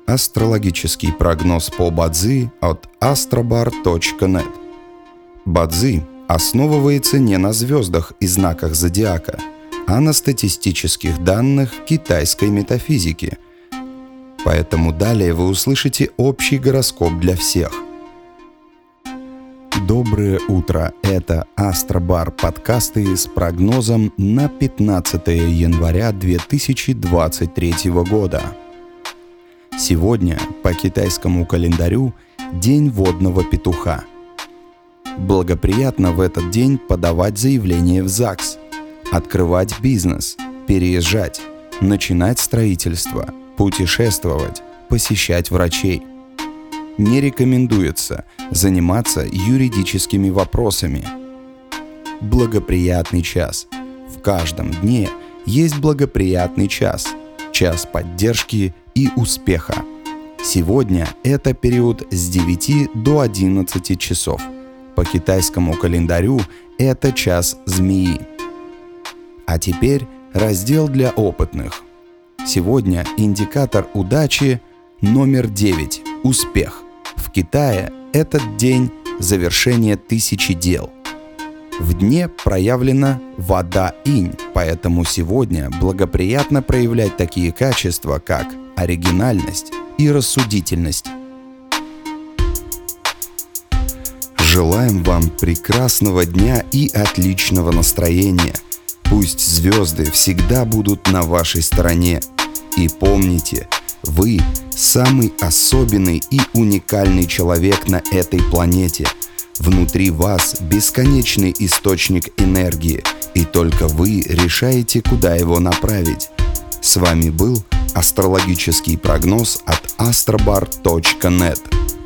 Астрологический прогноз по Бадзи от astrobar.net. Бадзи основывается не на звездах и знаках зодиака, а на статистических данных китайской метафизики. Поэтому далее вы услышите общий гороскоп для всех. Доброе утро! Это Астробар подкасты с прогнозом на 15 января 2023 года. Сегодня по китайскому календарю День водного петуха. Благоприятно в этот день подавать заявление в ЗАГС, открывать бизнес, переезжать, начинать строительство, путешествовать, посещать врачей. Не рекомендуется заниматься юридическими вопросами. Благоприятный час. В каждом дне есть благоприятный час, час поддержки и успеха. Сегодня это период с 9 до 11 часов. По китайскому календарю это час змеи. А теперь раздел для опытных. Сегодня индикатор удачи номер 9 – успех. В Китае этот день – завершение 1000 дел. В дне проявлена вода инь, поэтому сегодня благоприятно проявлять такие качества, как оригинальность и рассудительность. Желаем вам прекрасного дня и отличного настроения. Пусть звезды всегда будут на вашей стороне. И помните, вы самый особенный и уникальный человек на этой планете. Внутри вас бесконечный источник энергии, и только вы решаете, куда его направить. С вами был астрологический прогноз от astrobar.net.